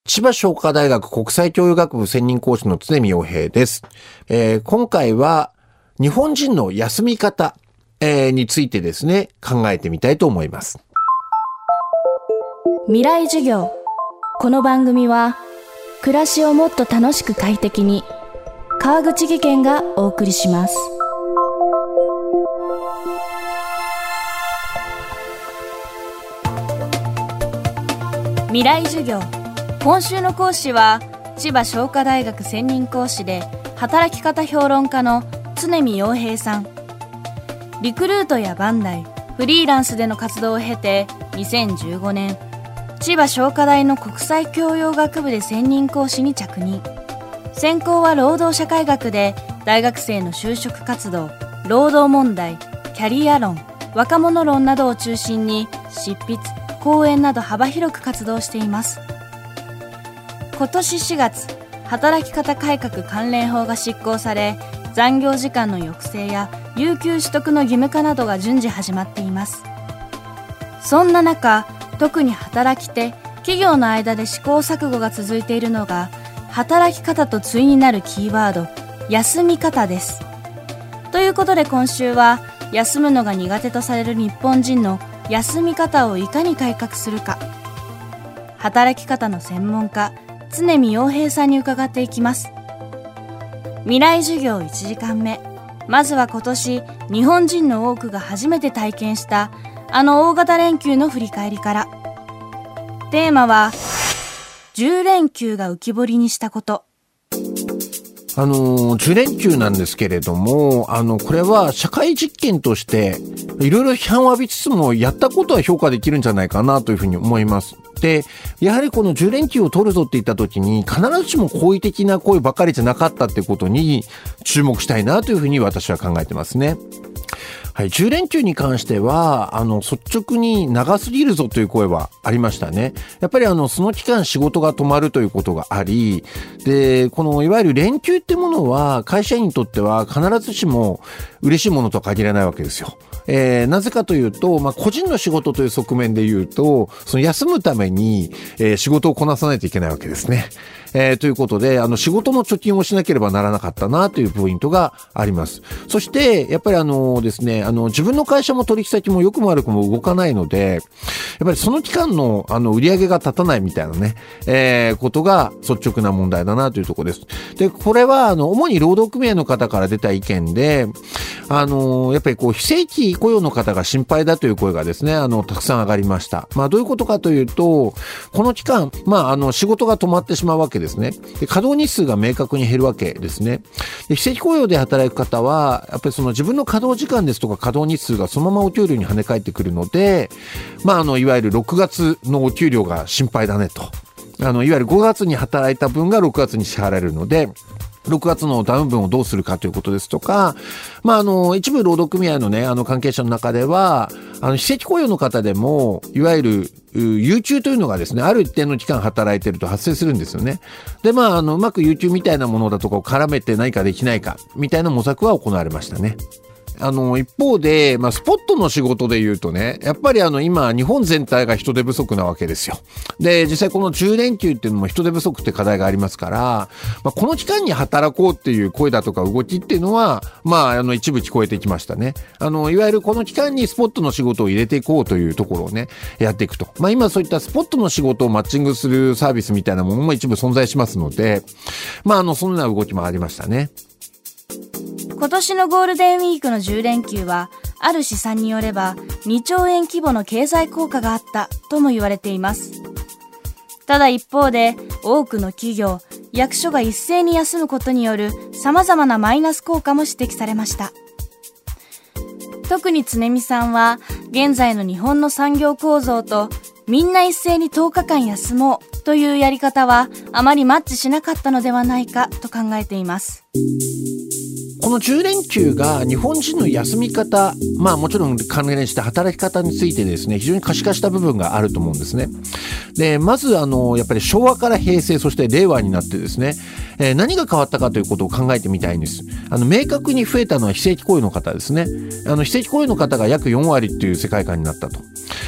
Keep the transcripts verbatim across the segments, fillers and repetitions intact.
千葉商科大学国際教養学部専任講師の常見陽平です、えー、今回は日本人の休み方、えー、についてですね考えてみたいと思います。 未来授業。この番組は暮らしをもっと楽しく快適に川口義賢がお送りします。未来授業。今週の講師は千葉商科大学専任講師で働き方評論家の常見陽平さん。リクルートやバンダイ、フリーランスでの活動を経てにせんじゅうごねん千葉商科大の国際教養学部で専任講師に着任。専攻は労働社会学で大学生の就職活動、労働問題、キャリア論、若者論などを中心に執筆、講演など幅広く活動しています。今年しがつ、働き方改革関連法が施行され、残業時間の抑制や有給取得の義務化などが順次始まっています。そんな中、特に働き手、企業の間で試行錯誤が続いているのが、働き方と対になるキーワード、休み方です。ということで今週は、休むのが苦手とされる日本人の休み方をいかに改革するか、働き方の専門家、常見陽平さんに伺っていきます。未来授業いちじかんめ。まずは今年、日本人の多くが初めて体験したあの大型連休の振り返りから。テーマは、じゅうれんきゅうが浮き彫りにしたこと。 あのじゅうれんきゅうなんですけれども、あのこれは社会実験としていろいろ批判を浴びつつもやったことは評価できるんじゃないかなというふうに思います。で、やはりこのじゅうれんきゅうを取るぞって言った時に必ずしも好意的な声ばかりじゃなかったってことに注目したいなというふうに私は考えてますね。はい、じゅうれんきゅうに関してはあの率直に長すぎるぞという声はありましたね。やっぱりあのその期間仕事が止まるということがあり、でこのいわゆる連休ってものは会社員にとっては必ずしも嬉しいものとは限らないわけですよ。えー、なぜかというと、まあ、個人の仕事という側面で言うと、その休むために、えー、仕事をこなさないといけないわけですね。えー、ということで、あの仕事の貯金をしなければならなかったなというポイントがあります。そしてやっぱりあのですね、あの自分の会社も取引先も良くも悪くも動かないので、やっぱりその期間のあの売り上げが立たないみたいなね、えー、ことが率直な問題だなというところです。で、これはあの主に労働組合の方から出た意見で、あのやっぱりこう非正規雇用の方が心配だという声がですね、あのたくさん上がりました。まあどういうことかというと、この期間、まああの仕事が止まってしまうわけですね。で、稼働日数が明確に減るわけですね。で、非正規雇用で働く方はやっぱりその自分の稼働時間ですとか稼働日数がそのままお給料に跳ね返ってくるので、まああのいわゆるろくがつのお給料が心配だねと。あのいわゆるごがつに働いた分がろくがつに支払われるので、ろくがつのダウン分をどうするかということですとか、まあ、あの、一部労働組合のね、あの関係者の中では、あの、非正規雇用の方でも、いわゆる、有給というのがですね、ある一定の期間働いていると発生するんですよね。で、まあ、あの、うまく有給みたいなものだとかを絡めて何かできないか、みたいな模索は行われましたね。あの一方で、まあ、スポットの仕事で言うとね、やっぱりあの今日本全体が人手不足なわけですよ。で、実際このじゅうれんきゅうっていうのも人手不足って課題がありますから、まあ、この期間に働こうっていう声だとか動きっていうのは、まあ、あの一部聞こえてきましたね。あのいわゆるこの期間にスポットの仕事を入れていこうというところをね、やっていくと。まあ、今そういったスポットの仕事をマッチングするサービスみたいなものも一部存在しますので、まあ、あのそんな動きもありましたね。 今年のゴールデンウィークのじゅうれんきゅうは、ある試算によればにちょうえん規模の経済効果があったとも言われています。ただ一方で、多くの企業、役所が一斉に休むことによる様々なマイナス効果も指摘されました。特に常見さんは、現在の日本の産業構造とみんな一斉にとおかかん休もうというやり方はあまりマッチしなかったのではないかと考えています。 このじゅうれんきゅうが日本人の休み方、まあもちろん関連した働き方についてですね、非常に可視化した部分があると思うんですね。で、まずあのやっぱり昭和から平成、そして令和になってですね、えー、何が変わったかということを考えてみたいんです。あの明確に増えたのは非正規雇用の方ですね。あの非正規雇用の方が約よんわりっていう世界観になったと。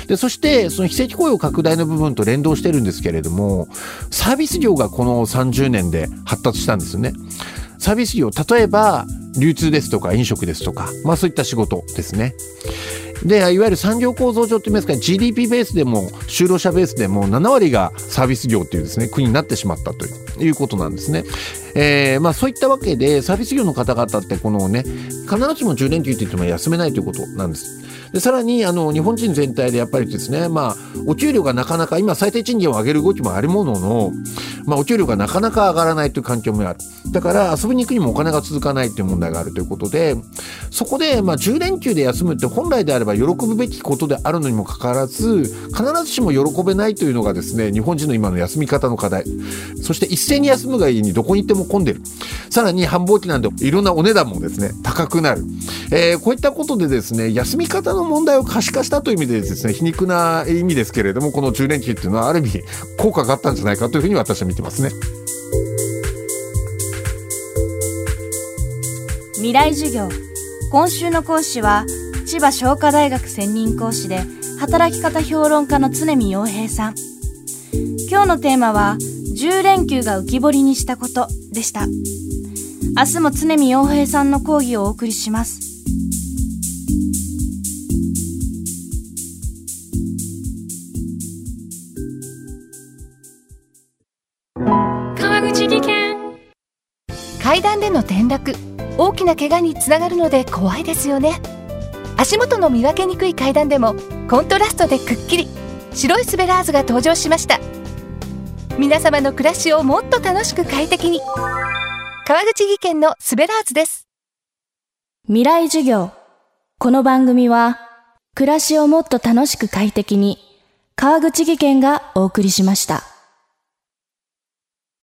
で、そしてその非正規雇用拡大の部分と連動してるんですけれども、サービス業がこのさんじゅうねんで発達したんですよね。サービス業、例えば流通ですとか飲食ですとか、まあそういった仕事ですね。で、いわゆる産業構造上といいますか ジーディーピー ベースでも就労者ベースでもななわりがサービス業っていうですね国になってしまったということなんですね。えー、まあそういったわけでサービス業の方々ってこのね必ずしもじゅう連休って言っても休めないということなんです。でさらにあの日本人全体でやっぱりですね、まあお給料がなかなか今最低賃金を上げる動きもあるものの、まあお給料がなかなか上がらないという環境もある。だから遊びに行くにもお金が続かないという問題があるということで、そこでまあじゅう連休で休むって本来であれば喜ぶべきことであるのにもかかわらず、必ずしも喜べないというのがですね日本人の今の休み方の課題。そして一斉に休むがいいにどこに行っても混んでる。さらに繁忙期なんでいろんなお値段もですね高くなる。えー、こういったことでですね休み方の問題を可視化したという意味でですね皮肉な意味ですけれども、このじゅう連休っていうのはある意味効果があったんじゃないかというふうに私は見てますね。 未来授業、今週の講師は千葉商科大学専任講師で働き方評論家の常見陽平さん。今日のテーマはじゅう連休が浮き彫りにしたことでした。明日も常見陽平さんの講義をお送りします。 川口技研。階段での転落、大きな怪我につながるので怖いですよね。足元の見分けにくい階段でもコントラストでくっきり白いスベラーズが登場しました。皆様の暮らしをもっと楽しく快適に、川口技研のスベラーズです。 未来授業、この番組は暮らしをもっと楽しく快適に川口技研がお送りしました。